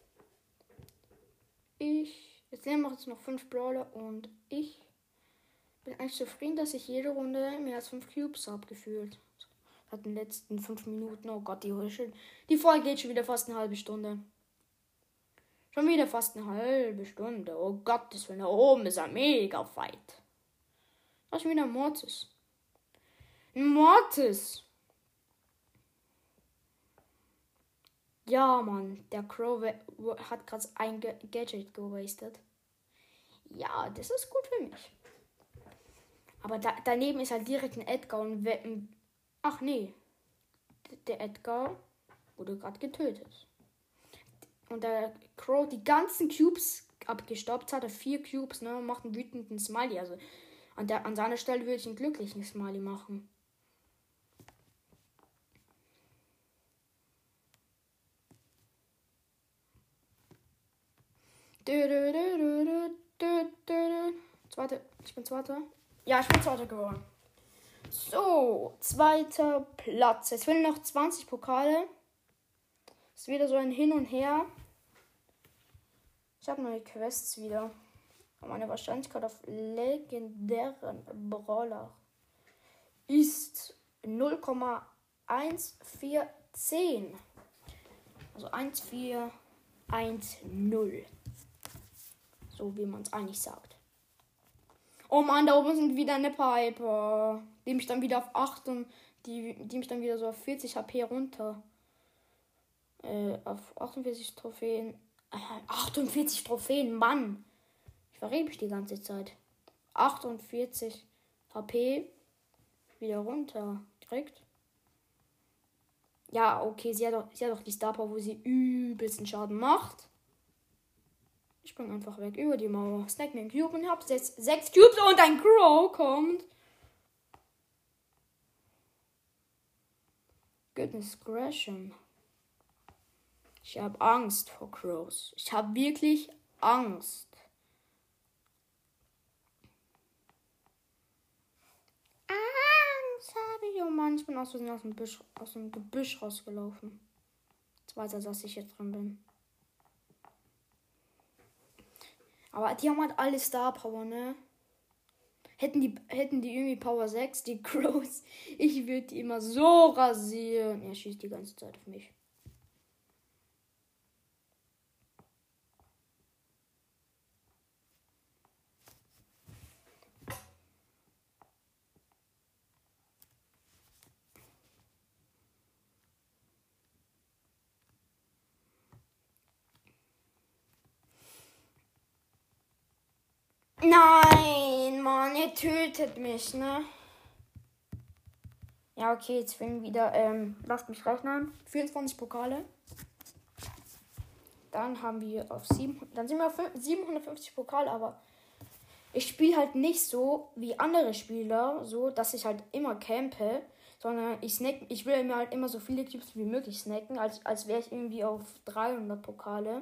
Jetzt nehmen wir jetzt noch 5 Brawler und ich bin eigentlich zufrieden, dass ich jede Runde mehr als 5 Cubes habe gefühlt. Hat in den letzten 5 Minuten. Oh Gott, die Folge geht schon wieder fast eine halbe Stunde. Schon wieder fast eine halbe Stunde. Oh Gott, das da oben ist ein mega Fight. Da ist schon wieder ein Mortis. Ein Mortis! Ja, Mann, der Crow hat gerade ein Gadget gewastet. Ja, das ist gut für mich. Aber daneben ist halt direkt ein Edgar und ach nee. Der Edgar wurde gerade getötet. Und der Crow die ganzen Cubes abgestoppt, hat er 4 Cubes, ne, macht einen wütenden Smiley. Also an seiner Stelle würde ich einen glücklichen Smiley machen. Ich bin Zweiter. Ja, ich bin Zweiter geworden. So, 2. Platz. Jetzt fehlen noch 20 Pokale. Ist wieder so ein Hin und Her. Ich habe neue Quests wieder. Meine Wahrscheinlichkeit auf legendären Brawler ist 0,1410. Also 1410. So wie man es eigentlich sagt. Oh Mann, da oben sind wieder eine Piper. Die mich dann wieder auf 8 und die mich dann wieder so auf 40 HP runter. Auf 48 Trophäen. 48 Trophäen, Mann. Ich verrede mich die ganze Zeit. 48 HP wieder runter kriegt. Ja, okay, sie hat doch die Star Power, wo sie übelsten Schaden macht. Ich bin einfach weg über die Mauer. Snack mir einen Cube und hab jetzt 6 Cubes und ein Crow kommt. Goodness gracious. Ich habe Angst vor Crows. Ich habe wirklich Angst. Angst habe ich. Oh Mann, ich bin aus dem Gebüsch rausgelaufen. Jetzt weiß er, dass ich jetzt drin bin. Aber die haben halt alle Star Power, ne? Hätten die irgendwie Power 6, die Crows, ich würde die immer so rasieren. Er schießt die ganze Zeit auf mich. Nein, Mann, ihr tötet mich, ne? Ja, okay, jetzt fängt wieder, lasst mich rechnen. 24 Pokale. Dann haben wir auf 7, dann sind wir auf 750 Pokale, aber ich spiele halt nicht so wie andere Spieler, so, dass ich halt immer campe, sondern ich will mir halt immer so viele Cubes wie möglich snacken, als wäre ich irgendwie auf 300 Pokale.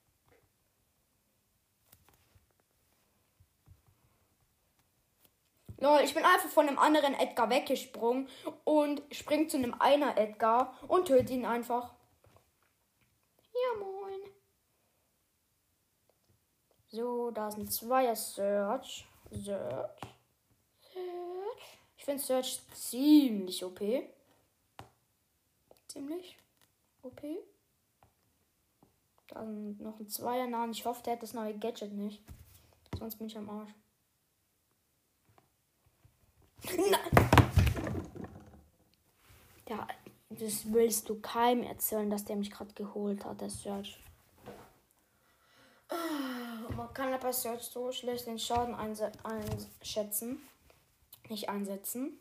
Lol, ich bin einfach von einem anderen Edgar weggesprungen und spring zu einem einer Edgar und töte ihn einfach. Ja, moin. So, da ist ein Zweier Search. Ich finde Search ziemlich OP. Ziemlich OP. Dann noch ein Zweier Nahen. Ich hoffe, der hat das neue Gadget nicht. Sonst bin ich am Arsch. Nein! Ja, das willst du keinem erzählen, dass der mich gerade geholt hat, der Search. Man kann aber Search so schlecht den Schaden einschätzen. Nicht einsetzen.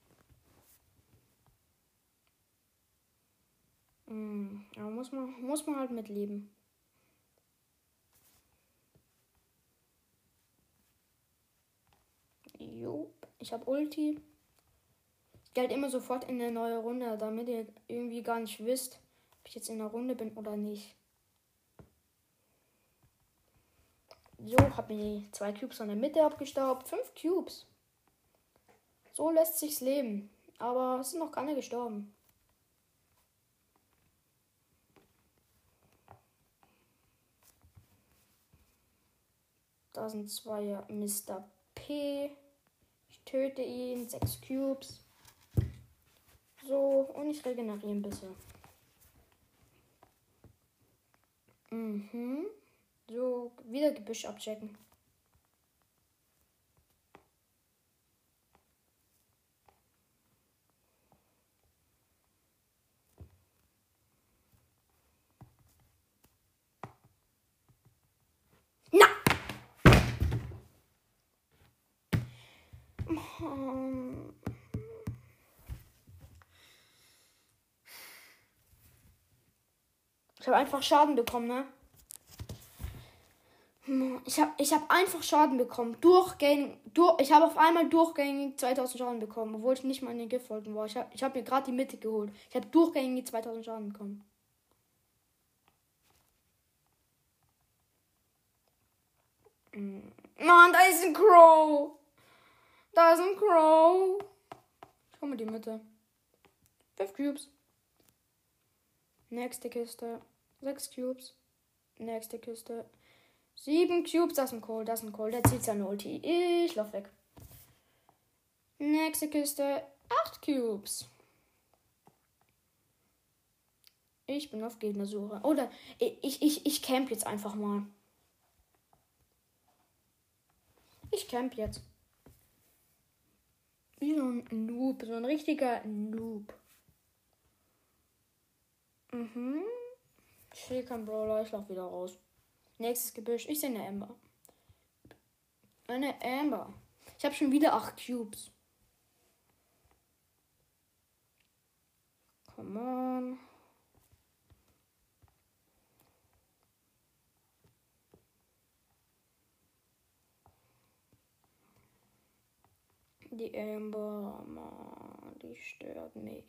Ja, muss man halt mitleben. Jo, ich habe Ulti. Ich gehe halt immer sofort in eine neue Runde, damit ihr irgendwie gar nicht wisst, ob ich jetzt in der Runde bin oder nicht. So, habe mir 2 Cubes an der Mitte abgestaubt. 5 Cubes. So lässt sich's leben. Aber es sind noch keine gestorben. Da sind 2 Mr. P. Ich töte ihn. 6 Cubes. So, und ich regeneriere ein bisschen. So, wieder Gebüsch abchecken. Na! Ich habe einfach Schaden bekommen, ne? Ich hab einfach Schaden bekommen. Ich habe auf einmal durchgängig 2000 Schaden bekommen, obwohl ich nicht mal in den Giftwolken war. Ich hab mir gerade die Mitte geholt. Ich habe durchgängig 2000 Schaden bekommen. Mann, da ist ein Crow. Da ist ein Crow. Schau mal die Mitte. 5 Cubes. Nächste Kiste. 6 Cubes. Nächste Kiste. 7 Cubes. Das ist ein Cole. Der zieht seine Ulti. Ich lauf weg. Nächste Kiste. 8 Cubes. Ich bin auf Gegnersuche. Oder ich camp jetzt einfach mal. Ich camp jetzt. Wie so ein Noob. So ein richtiger Noob. Ich sehe keinen Brawler. Ich lauf wieder raus. Nächstes Gebüsch. Ich sehe eine Amber. Eine Amber. Ich habe schon wieder 8 Cubes. Come on. Die Amber, Mann, die stört mich.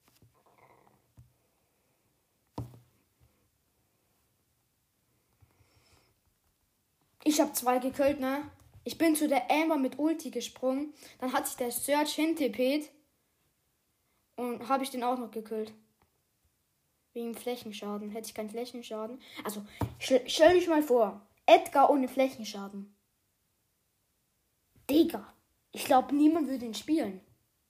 Ich habe 2 gekillt, ne? Ich bin zu der Amber mit Ulti gesprungen. Dann hat sich der Search hintippt. Und habe ich den auch noch gekillt. Wegen Flächenschaden. Hätte ich keinen Flächenschaden. Also, stell dich mal vor. Edgar ohne Flächenschaden. Digga. Ich glaube, niemand würde ihn spielen.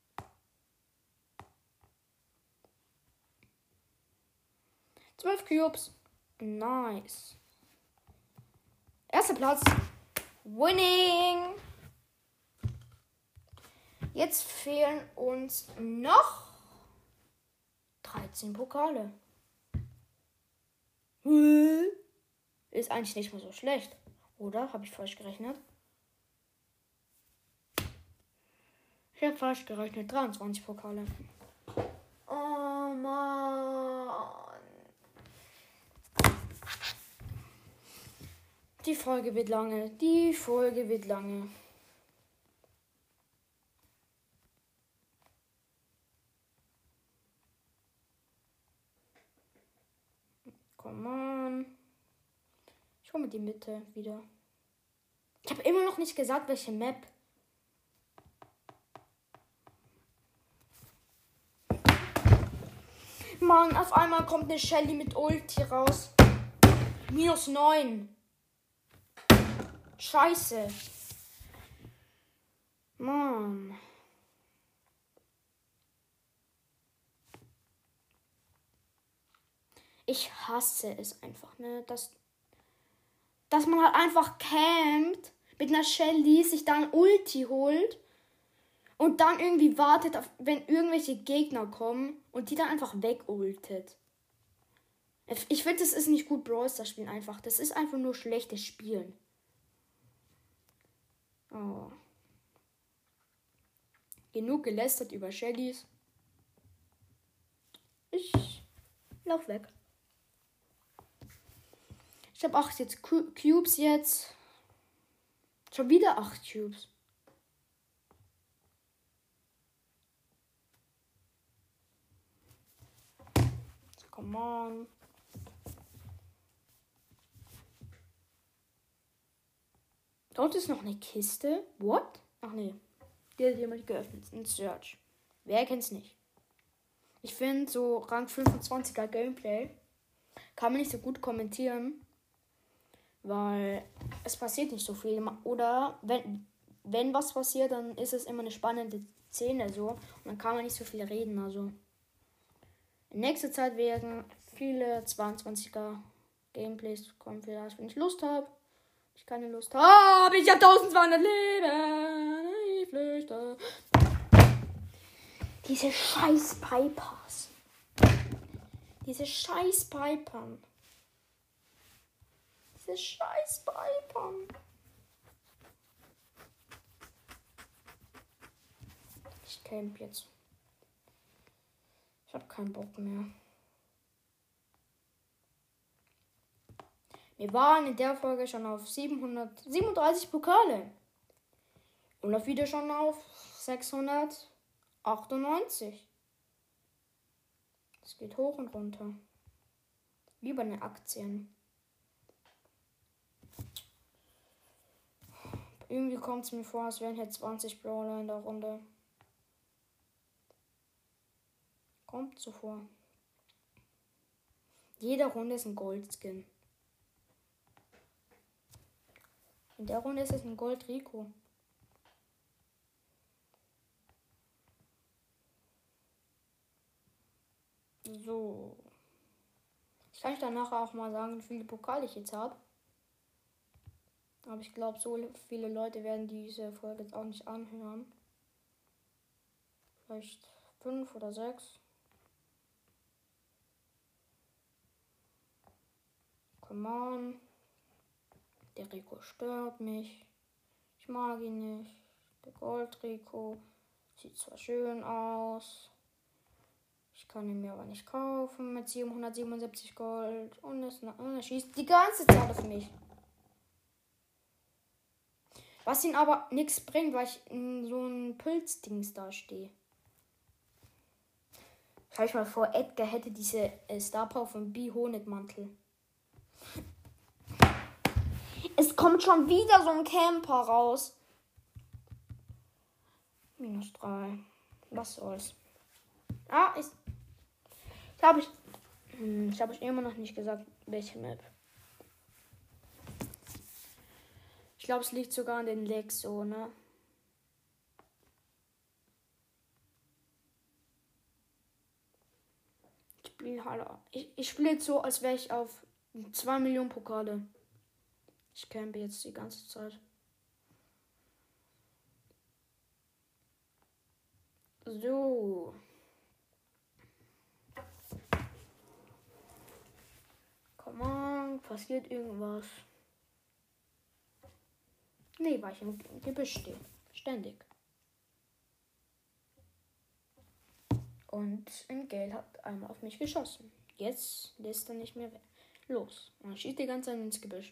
Zwölf Cubes. Nice. Erster Platz. Winning. Jetzt fehlen uns noch 13 Pokale. Ist eigentlich nicht mehr so schlecht. Oder? Habe ich falsch gerechnet? Ich habe falsch gerechnet. 23 Pokale. Oh Mann. Die Folge wird lange. Come on. Ich hole mir die Mitte wieder. Ich habe immer noch nicht gesagt, welche Map. Mann, auf einmal kommt eine Shelly mit Ulti raus. -9. Scheiße. Mann. Ich hasse es einfach, ne? Dass man halt einfach campt mit einer Shelly, sich dann Ulti holt und dann irgendwie wartet, wenn irgendwelche Gegner kommen und die dann einfach wegultet. Ich finde, das ist nicht gut Brawl Stars spielen einfach. Das ist einfach nur schlechtes Spielen. Oh. Genug gelästert über Shellys. Ich lauf weg. Ich habe 8 jetzt Cubes jetzt. Schon wieder 8 Cubes. Come on. Dort ist noch eine Kiste. What? Ach nee. Die hat jemand geöffnet. Ein Search. Wer kennt's nicht? Ich finde so Rang 25er Gameplay kann man nicht so gut kommentieren. Weil es passiert nicht so viel. Oder wenn was passiert, dann ist es immer eine spannende Szene so. Und dann kann man nicht so viel reden. Also in nächster Zeit werden viele 22er Gameplays kommen, vielleicht, wenn ich Lust habe. Ich keine Lust habe. Ich habe 1200 Leben. Ich flüchte. Diese scheiß Pipers. Diese scheiß Pipern. Diese scheiß Pipern. Ich camp jetzt. Ich habe keinen Bock mehr. Wir waren in der Folge schon auf 737 Pokale. Und auf wieder schon auf 698. Es geht hoch und runter. Wie bei den Aktien. Irgendwie kommt es mir vor, als wären hier 20 Brawler in der Runde. Kommt so vor. Jede Runde ist ein Goldskin. In der Runde ist es ein Gold-Rico. So. Ich kann euch dann nachher auch mal sagen, wie viele Pokale ich jetzt habe. Aber ich glaube, so viele Leute werden diese Folge jetzt auch nicht anhören. Vielleicht 5 oder 6. Come on. Der Rico stört mich. Ich mag ihn nicht. Der Gold-Rico sieht zwar schön aus. Ich kann ihn mir aber nicht kaufen mit 777 Gold. Und er schießt die ganze Zeit auf mich. Was ihn aber nichts bringt, weil ich in so einem Pilzdings da stehe. Schau ich mal vor, Edgar hätte diese Star Power von B-Honigmantel. Es kommt schon wieder so ein Camper raus. -3. Was soll's. Ich habe euch immer noch nicht gesagt, welche Map. glaube, es liegt sogar an den Lags so, ne? Ich spiele jetzt so, als wäre ich auf 2 Millionen Pokale. Ich campe jetzt die ganze Zeit. So. Come on, passiert irgendwas? Nee, war ich im Gebüsch stehen. Ständig. Und ein Gale hat einmal auf mich geschossen. Jetzt lässt er nicht mehr los. Man schießt die ganze Zeit ins Gebüsch.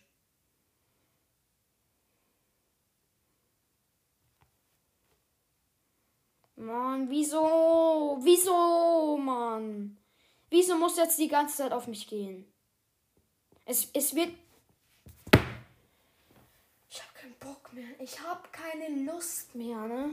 Mann, wieso? Wieso, Mann? Wieso muss jetzt die ganze Zeit auf mich gehen? Es wird... Ich habe keinen Bock mehr. Ich habe keine Lust mehr, ne?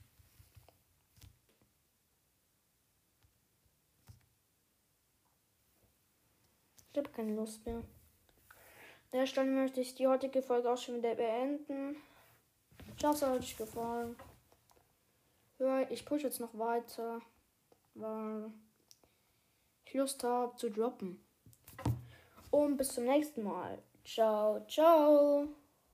Ich habe keine Lust mehr. An der Stelle möchte ich die heutige Folge auch schon wieder beenden. Ich hoffe, es hat euch gefallen. Ja, ich pushe jetzt noch weiter, weil ich Lust habe zu droppen. Und bis zum nächsten Mal. Ciao, ciao.